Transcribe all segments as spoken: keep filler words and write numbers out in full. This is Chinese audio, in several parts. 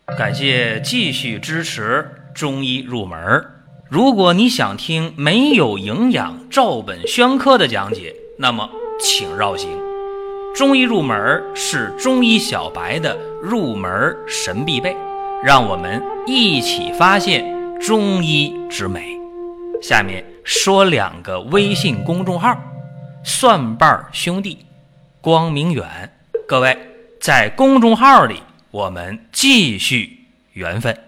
感谢继续支持中医入门。如果你想听没有营养照本宣科的讲解，那么请绕行。中医入门是中医小白的入门神必备，让我们一起发现中医之美。下面说两个微信公众号：蒜瓣兄弟、光明远。各位在公众号里，我们继续缘分。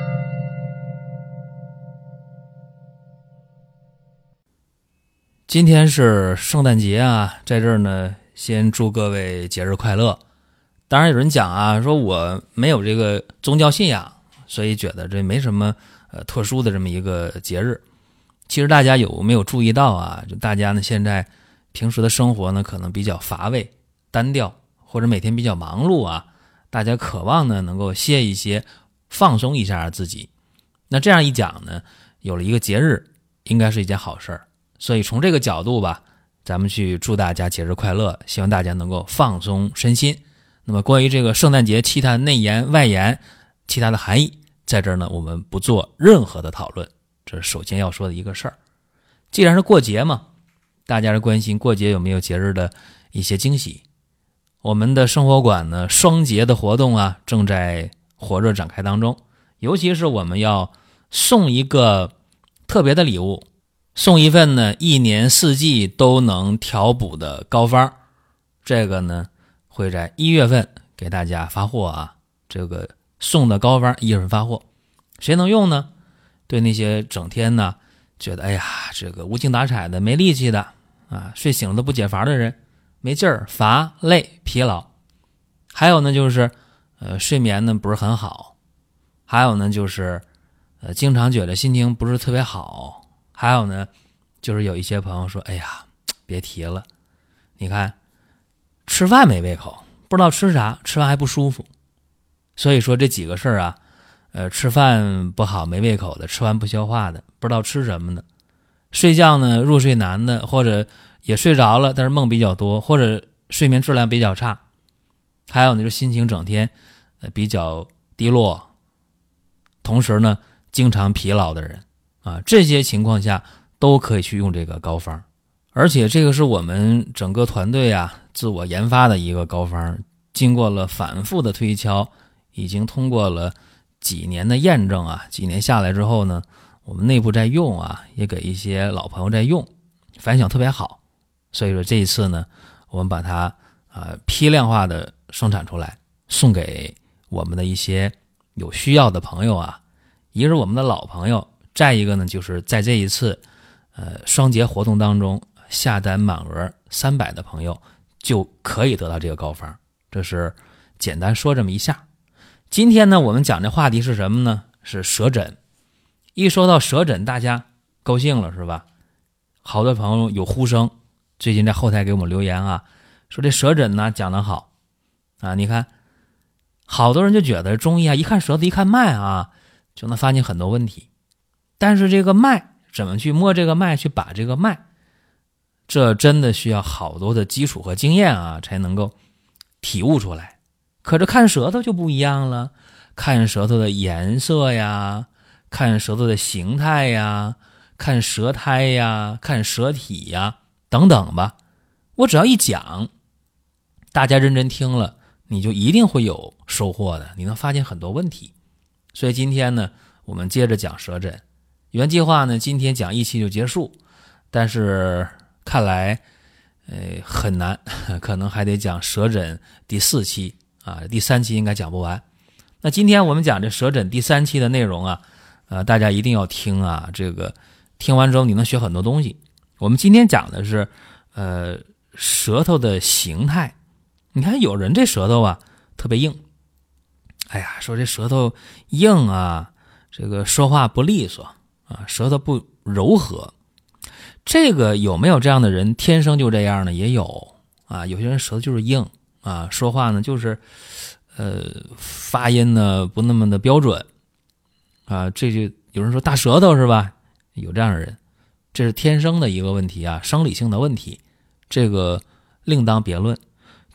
今天是圣诞节啊，在这儿呢，先祝各位节日快乐。当然有人讲啊，说我没有这个宗教信仰，所以觉得这没什么呃特殊的这么一个节日。其实大家有没有注意到啊？就大家呢现在平时的生活呢可能比较乏味、单调，或者每天比较忙碌啊，大家渴望呢能够歇一歇，放松一下自己。那这样一讲呢，有了一个节日，应该是一件好事儿。所以从这个角度吧，咱们去祝大家节日快乐，希望大家能够放松身心。那么关于这个圣诞节其他内延外延其他的含义，在这儿呢我们不做任何的讨论，这是首先要说的一个事儿。既然是过节嘛，大家是关心过节有没有节日的一些惊喜。我们的生活馆呢双节的活动啊正在火热展开当中，尤其是我们要送一个特别的礼物，送一份呢一年四季都能调补的膏方，这个呢会在一月份给大家发货啊。这个送的膏方一月份发货，谁能用呢？对那些整天呢觉得哎呀这个无精打采的、没力气的啊，睡醒了都不解乏的人，没劲儿、乏累、疲劳。还有呢就是呃睡眠呢不是很好，还有呢就是呃经常觉得心情不是特别好。还有呢就是有一些朋友说哎呀别提了，你看吃饭没胃口，不知道吃啥，吃完还不舒服。所以说这几个事儿啊，呃吃饭不好没胃口的，吃完不消化的，不知道吃什么的，睡觉呢入睡难的，或者也睡着了但是梦比较多，或者睡眠质量比较差。还有呢就是心情整天呃比较低落，同时呢经常疲劳的人啊，这些情况下都可以去用这个膏方。而且这个是我们整个团队啊自我研发的一个膏方，经过了反复的推敲，已经通过了几年的验证啊，几年下来之后呢，我们内部在用啊，也给一些老朋友在用，反响特别好。所以说这一次呢，我们把它呃批量化的生产出来，送给我们的一些有需要的朋友啊。一个是我们的老朋友，再一个呢就是在这一次呃双节活动当中下单满额三百的朋友就可以得到这个膏方。这是简单说这么一下。今天呢我们讲的话题是什么呢？是舌诊。一说到舌诊大家高兴了是吧？好多朋友有呼声，最近在后台给我们留言啊，说这舌诊呢讲得好啊。你看好多人就觉得中医啊一看舌头一看脉啊就能发现很多问题，但是这个脉怎么去摸这个脉，去把这个脉，这真的需要好多的基础和经验啊才能够体悟出来。可是看舌头就不一样了，看舌头的颜色呀，看舌头的形态呀，看舌苔呀，看舌体呀等等吧。我只要一讲，大家认真听了，你就一定会有收获的，你能发现很多问题。所以今天呢我们接着讲舌诊。原计划呢今天讲一期就结束，但是看来呃很难，可能还得讲舌诊第四期啊，第三期应该讲不完。那今天我们讲这舌诊第三期的内容啊，呃大家一定要听啊，这个听完之后你能学很多东西。我们今天讲的是呃舌头的形态。你看有人这舌头啊特别硬，哎呀说这舌头硬啊，这个说话不利索啊，舌头不柔和。这个有没有这样的人天生就这样呢？也有啊，有些人舌头就是硬啊，说话呢就是呃发音呢不那么的标准啊，这就有人说大舌头是吧？有这样的人，这是天生的一个问题啊，生理性的问题，这个另当别论。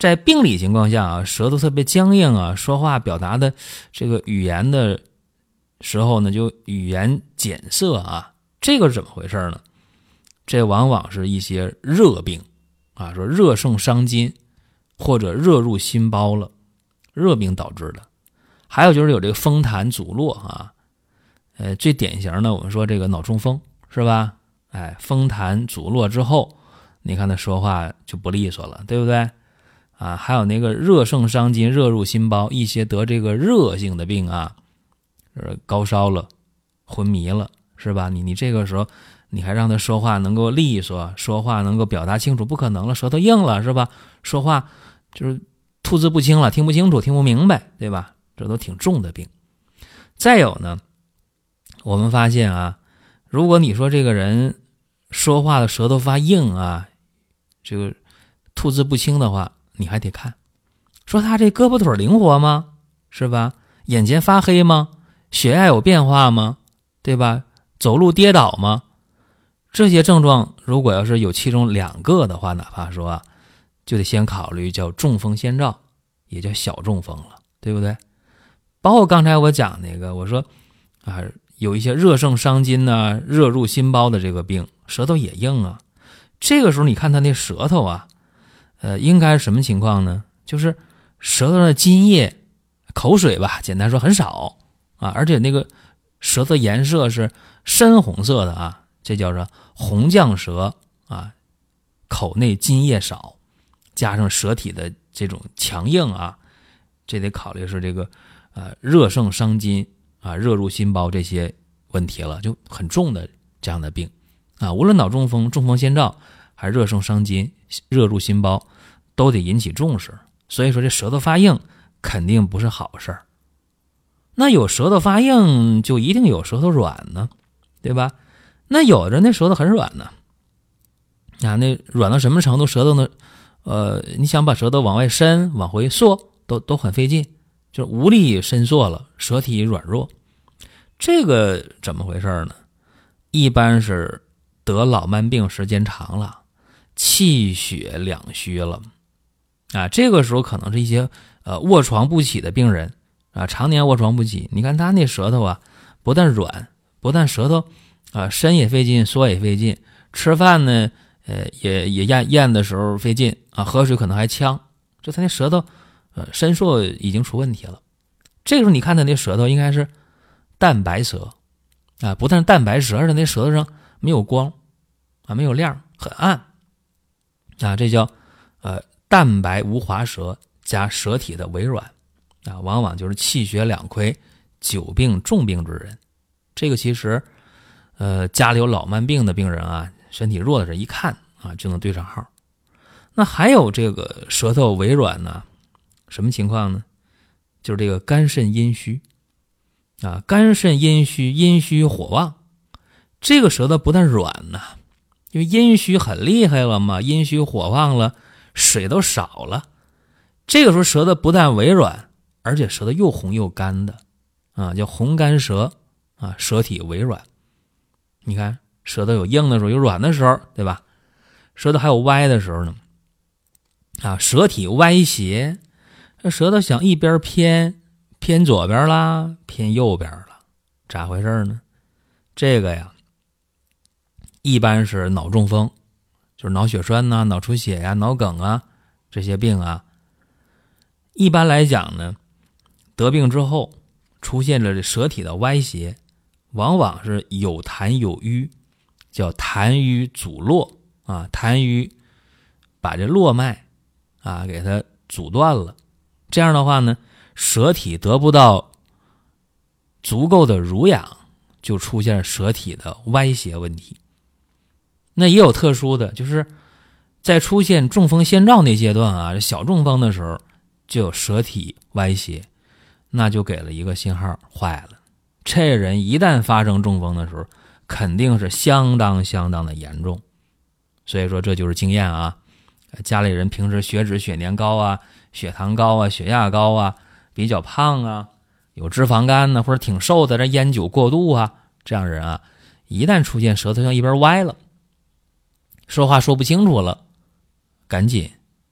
在病理情况下啊，舌头特别僵硬啊，说话表达的这个语言的时候呢，就语言减涩啊，这个是怎么回事呢？这往往是一些热病啊，说热盛伤筋或者热入心包了，热病导致的。还有就是有这个风痰阻络啊，呃，最典型的我们说这个脑中风是吧？哎，风痰阻络之后，你看他说话就不利索了，对不对？啊，还有那个热盛伤筋、热入心包，一些得这个热性的病啊，呃，高烧了、昏迷了，是吧？你你这个时候你还让他说话能够利索，说话能够表达清楚，不可能了，舌头硬了，是吧？说话就是吐字不清了，听不清楚，听不明白，对吧？这都挺重的病。再有呢，我们发现啊，如果你说这个人说话的舌头发硬啊，这个吐字不清的话，你还得看，说他这胳膊腿灵活吗？是吧？眼前发黑吗？血压有变化吗？对吧？走路跌倒吗？这些症状如果要是有其中两个的话，哪怕说啊，就得先考虑叫中风先兆，也叫小中风了，对不对？包括刚才我讲那个，我说啊，有一些热盛伤筋啊，热入心包的这个病，舌头也硬啊。这个时候你看他那舌头啊，呃，应该是什么情况呢？就是舌头的津液、口水吧，简单说很少啊，而且那个舌头颜色是深红色的啊，这叫做红绛舌啊，口内津液少，加上舌体的这种强硬啊，这得考虑是这个呃热盛伤筋啊、热入心包这些问题了，就很重的这样的病啊，无论脑中风、中风先兆，还是热盛伤筋、热入心包，都得引起重视。所以说这舌头发硬肯定不是好事儿。那有舌头发硬就一定有舌头软呢，对吧？那有的人那舌头很软呢，啊，那软到什么程度？舌头呢？呃，你想把舌头往外伸、往回缩，都都很费劲，就是无力伸缩了，舌体软弱。这个怎么回事呢？一般是得老慢病时间长了，气血两虚了啊。这个时候可能是一些呃卧床不起的病人啊，常年卧床不起。你看他那舌头啊，不但软，不但舌头啊伸也费劲，缩也费劲，吃饭呢。呃，也也咽咽的时候费劲啊，喝水可能还呛，就他那舌头，呃，伸缩已经出问题了。这个时候你看他那舌头应该是淡白舌啊，不但是淡白舌，而且那舌头上没有光啊，没有亮，很暗啊，这叫呃淡白无华舌加舌体的微软啊，往往就是气血两亏、久病重病之人。这个其实，呃，家里有老慢病的病人啊。身体弱的人一看啊就能对上号。那还有这个舌头微软呢，什么情况呢？就是这个肝肾阴虚啊，肝肾阴虚，阴虚火旺，这个舌头不但软呢，因为阴虚很厉害了嘛，阴虚火旺了，水都少了，这个时候舌头不但微软，而且舌头又红又干的啊，叫红干舌啊，舌体微软。你看舌头有硬的时候，有软的时候，对吧？舌头还有歪的时候呢，啊，舌体歪斜，这舌头想一边偏，偏左边啦，偏右边了，咋回事呢？这个呀，一般是脑中风，就是脑血栓呐、脑出血呀、脑梗啊这些病啊。一般来讲呢，得病之后出现了舌体的歪斜，往往是有痰有瘀。叫痰瘀阻络啊，痰瘀把这络脉啊给它阻断了，这样的话呢，舌体得不到足够的濡养，就出现舌体的歪斜问题。那也有特殊的，就是在出现中风先兆那阶段啊，小中风的时候就有舌体歪斜，那就给了一个信号，坏了，这人一旦发生中风的时候肯定是相当相当的严重。所以说这就是经验啊，家里人平时血脂血粘高啊，血糖高啊，血压高啊，比较胖啊，有脂肪肝呢，或者挺瘦的，这烟酒过度啊，这样人啊，一旦出现舌头向一边歪了，说话说不清楚了，赶紧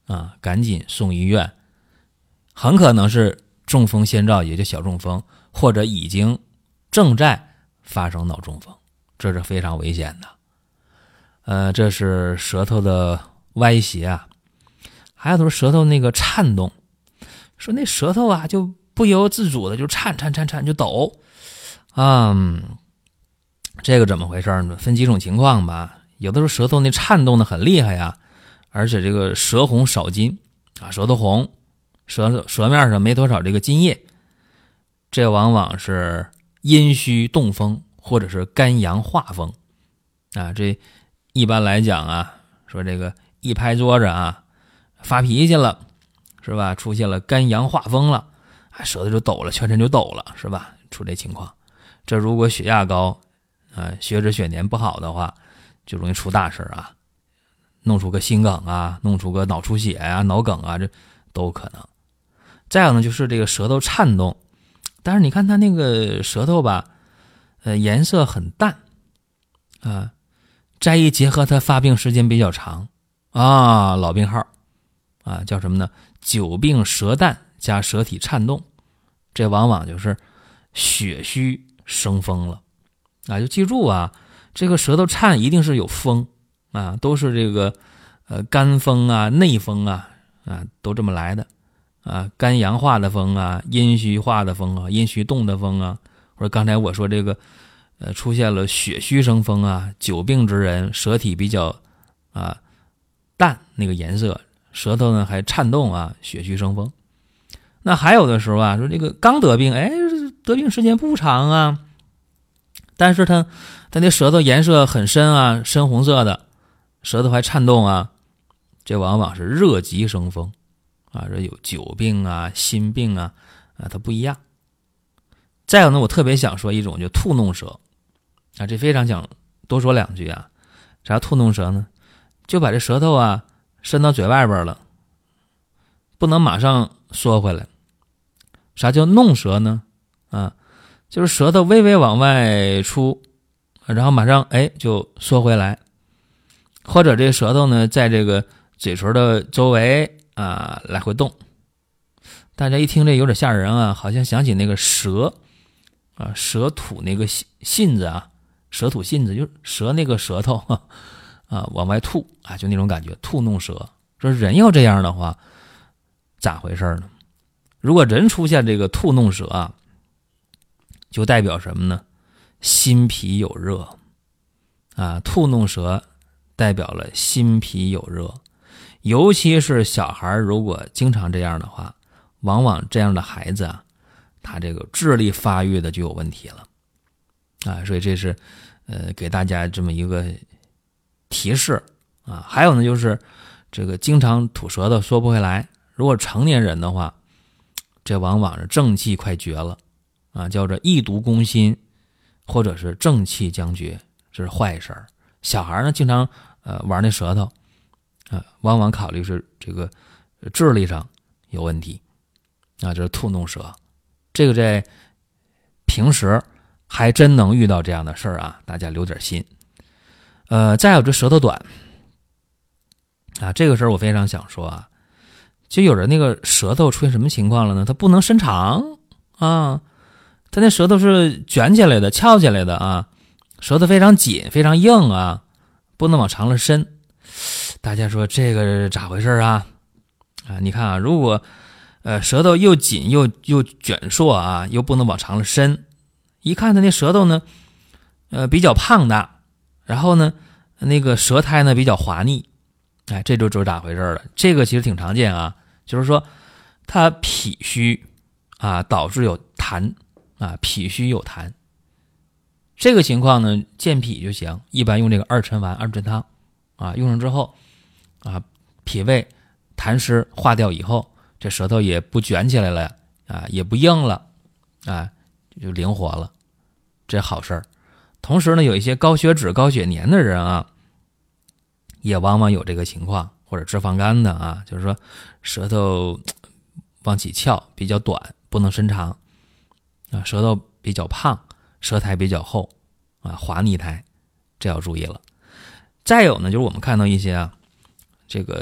啊，赶紧送医院，很可能是中风先兆，也就小中风，或者已经正在发生脑中风，这是非常危险的。呃，这是舌头的歪斜啊，还有就是舌头那个颤动，说那舌头啊就不由自主的就颤颤颤颤就抖啊、嗯，这个怎么回事呢？分几种情况吧，有的时候舌头那颤动的很厉害呀，而且这个舌红少津啊，舌头红，舌舌面上没多少这个津液，这往往是阴虚动风或者是肝阳化风啊。这一般来讲啊，说这个一拍桌子啊，发脾气了，是吧？出现了肝阳化风了，舌头就抖了，全身就抖了，是吧？出这情况，这如果血压高啊，血脂血粘不好的话，就容易出大事啊，弄出个心梗啊，弄出个脑出血啊、脑梗啊，这都有可能。再有呢，就是这个舌头颤动，但是你看它那个舌头吧，呃，颜色很淡啊，再一结合它发病时间比较长啊，老病号啊，叫什么呢？久病舌淡加舌体颤动，这往往就是血虚生风了啊！就记住啊，这个舌头颤一定是有风啊，都是这个呃肝风啊、内风啊啊，都这么来的啊，肝阳化的风啊，阴虚化的风啊，阴虚动的风啊，或者刚才我说这个呃出现了血虚生风啊，久病之人舌体比较啊淡那个颜色，舌头呢还颤动啊，血虚生风。那还有的时候啊，说这个刚得病，哎，得病时间不长啊，但是他他那舌头颜色很深啊，深红色的，舌头还颤动啊，这往往是热极生风啊，这有久病啊、心病啊啊，它不一样。再有呢，我特别想说一种就吐弄舌啊，这非常想多说两句啊。啥吐弄舌呢？就把这舌头啊伸到嘴外边了，不能马上缩回来。啥叫弄舌呢？啊，就是舌头微微往外出，然后马上哎就缩回来，或者这舌头呢在这个嘴唇的周围啊来回动。大家一听这有点吓人啊，好像想起那个蛇啊，蛇吐那个信子啊，蛇吐信子，就是蛇那个舌头啊往外吐啊，就那种感觉，吐弄舌。说人要这样的话，咋回事呢？如果人出现这个吐弄舌啊，就代表什么呢？心脾有热啊，吐弄舌代表了心脾有热，尤其是小孩如果经常这样的话，往往这样的孩子啊，他这个智力发育的就有问题了啊，所以这是呃给大家这么一个提示啊。还有呢，就是这个经常吐舌头缩不回来，如果成年人的话，这往往是正气快绝了啊，叫做易毒攻心，或者是正气将绝，这是坏事儿。小孩呢，经常呃玩那舌头啊，往往考虑是这个智力上有问题啊，这是吐弄舌。这个在平时还真能遇到这样的事儿啊，大家留点心。呃，再有这舌头短啊，这个事儿我非常想说啊。就有人那个舌头出现什么情况了呢？它不能伸长啊，它那舌头是卷起来的、翘起来的啊，舌头非常紧、非常硬啊，不能往长了伸。大家说这个咋回事啊？啊，你看啊，如果呃舌头又紧又又卷硕啊，又不能往长了伸，一看他那舌头呢，呃比较胖大，然后呢那个舌苔呢比较滑腻，哎，这就知道咋回事了。这个其实挺常见啊。就是说它脾虚啊，导致有痰啊，脾虚有痰，这个情况呢健脾就行，一般用这个二陈丸、二陈汤啊，用上之后啊，脾胃痰湿化掉以后，这舌头也不卷起来了啊，也不硬了啊，就灵活了，这好事儿。同时呢，有一些高血脂、高血粘的人啊，也往往有这个情况，或者脂肪肝的啊，就是说舌头往起翘，比较短，不能伸长啊，舌头比较胖，舌苔比较厚啊，滑腻苔，这要注意了。再有呢，就是我们看到一些啊，这个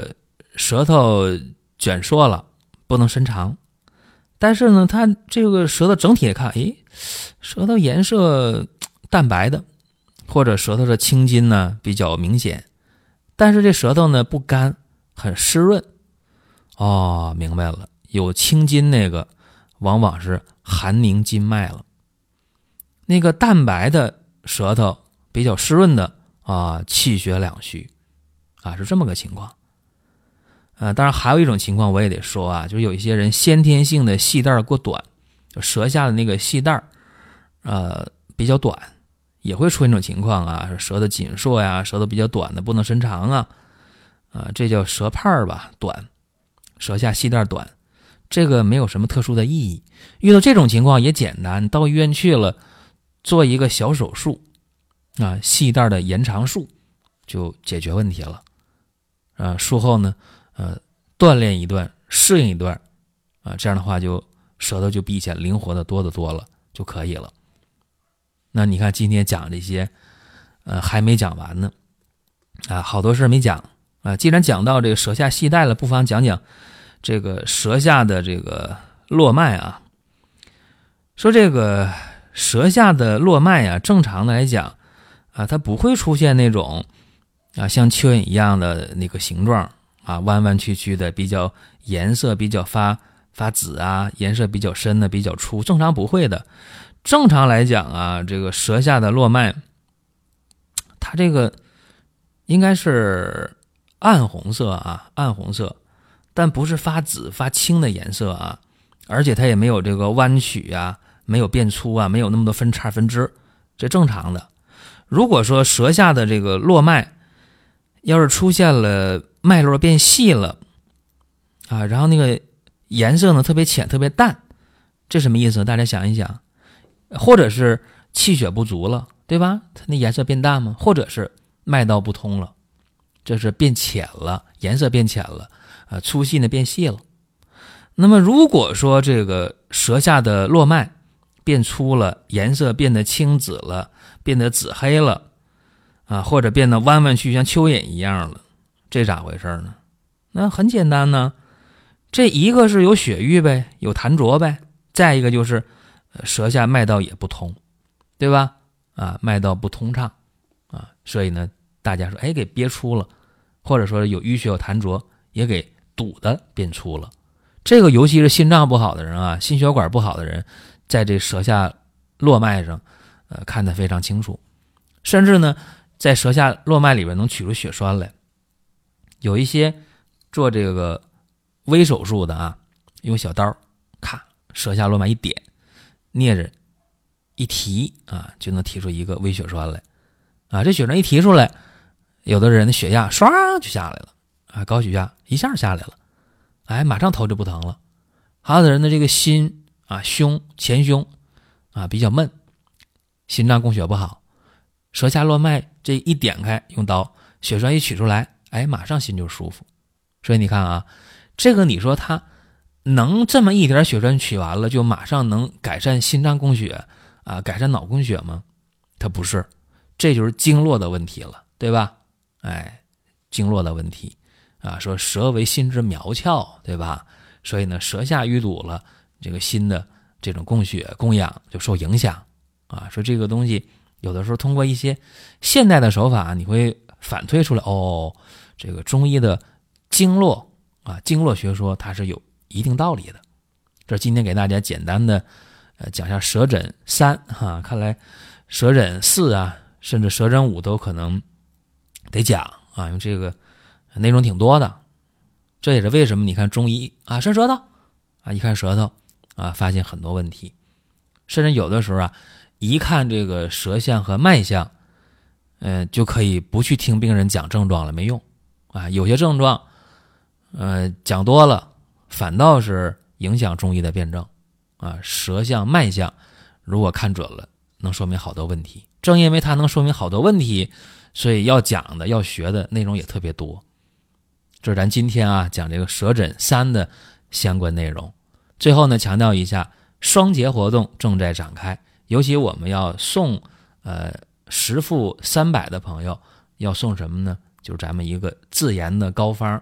舌头卷缩了，不能伸长。但是呢，它这个舌头整体看，诶，舌头颜色淡白的，或者舌头的青筋呢比较明显，但是这舌头呢不干，很湿润。哦，明白了，有青筋那个往往是寒凝筋脉了。那个淡白的舌头比较湿润的啊，气血两虚啊，是这么个情况。呃，当然还有一种情况我也得说啊，就是有一些人先天性的系带过短，就舌下的那个系带呃比较短，也会出现这种情况啊，舌头紧缩呀，舌头比较短的不能伸长啊，啊，这叫舌泡吧，短，舌下系带短，这个没有什么特殊的意义。遇到这种情况也简单，到医院去了，做一个小手术啊，系带的延长术就解决问题了。啊，术后呢，呃，锻炼一段，适应一段，啊，这样的话就舌头就比以前灵活的多得多了，就可以了。那你看今天讲这些，呃，还没讲完呢，啊，好多事没讲啊。既然讲到这个舌下系带了，不妨讲讲这个舌下的这个络脉啊。说这个舌下的络脉啊，正常的来讲啊，它不会出现那种啊像蚯蚓一样的那个形状啊，弯弯曲曲的，比较颜色比较发发紫啊，颜色比较深的，比较粗，正常不会的。正常来讲啊，这个舌下的络脉，它这个应该是暗红色啊，暗红色，但不是发紫发青的颜色啊，而且它也没有这个弯曲啊，没有变粗啊，没有那么多分叉分支，这正常的。如果说舌下的这个络脉要是出现了脉络变细了啊，然后那个颜色呢特别浅特别淡，这什么意思？大家想一想，或者是气血不足了，对吧？它那颜色变淡吗？或者是脉道不通了，这是变浅了，颜色变浅了，啊，粗细呢变细了。那么如果说这个舌下的络脉变粗了，颜色变得青紫了，变得紫黑了，啊，或者变得弯弯曲像蚯蚓一样了，这咋回事呢？那很简单呢，这一个是有血瘀呗，有痰浊呗，再一个就是舌下脉道也不通，对吧？啊，脉道不通畅啊，所以呢，大家说，哎，给憋粗了，或者说有淤血有痰浊，也给堵的变粗了。这个尤其是心脏不好的人啊，心血管不好的人，在这舌下络脉上，呃，看得非常清楚，甚至呢，在舌下络脉里边能取出血栓来。有一些做这个微手术的啊，用小刀，咔，舌下络脉一点，镊着一提啊，就能提出一个微血栓来啊。这血栓一提出来，有的人的血压唰就下来了啊，高血压一下下来了，哎，马上头就不疼了。还有的人的这个心啊，胸前胸啊比较闷，心脏供血不好，舌下络脉这一点开，用刀血栓一取出来，哎，马上心就舒服。所以你看啊，这个你说他能这么一点血栓取完了就马上能改善心脏供血啊，改善脑供血吗？它不是，这就是经络的问题了，对吧？哎，经络的问题啊，说舌为心之苗窍，对吧？所以呢，舌下淤堵了，这个心的这种供血供氧就受影响啊。说这个东西有的时候通过一些现代的手法，你会反推出来，哦，这个中医的经络啊，经络学说它是有一定道理的。这今天给大家简单的呃讲一下舌诊三哈、啊，看来舌诊四啊，甚至舌诊五都可能得讲啊，因为这个内容挺多的。这也是为什么你看中医啊，伸舌头啊，一看舌头啊，发现很多问题，甚至有的时候啊，一看这个舌象和脉象，呃，就可以不去听病人讲症状了，没用啊。有些症状，呃，讲多了，反倒是影响中医的辩证啊。舌象、脉象，如果看准了，能说明好多问题。正因为它能说明好多问题，所以要讲的、要学的内容也特别多。这是咱今天啊讲这个舌诊三的相关内容。最后呢，强调一下，双节活动正在展开，尤其我们要送呃十副三百的朋友，要送什么呢？就是咱们一个自研的膏方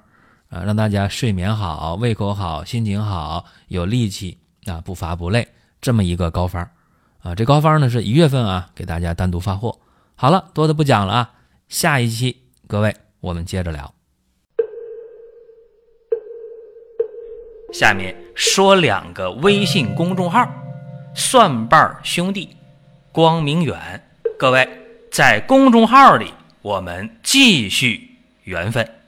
啊，让大家睡眠好，胃口好，心情好，有力气啊，不乏不累，这么一个高方啊。这高方呢是一月份啊给大家单独发货。好了，多的不讲了啊，下一期各位我们接着聊。下面说两个微信公众号，蒜瓣兄弟、光明远，各位在公众号里我们继续缘分。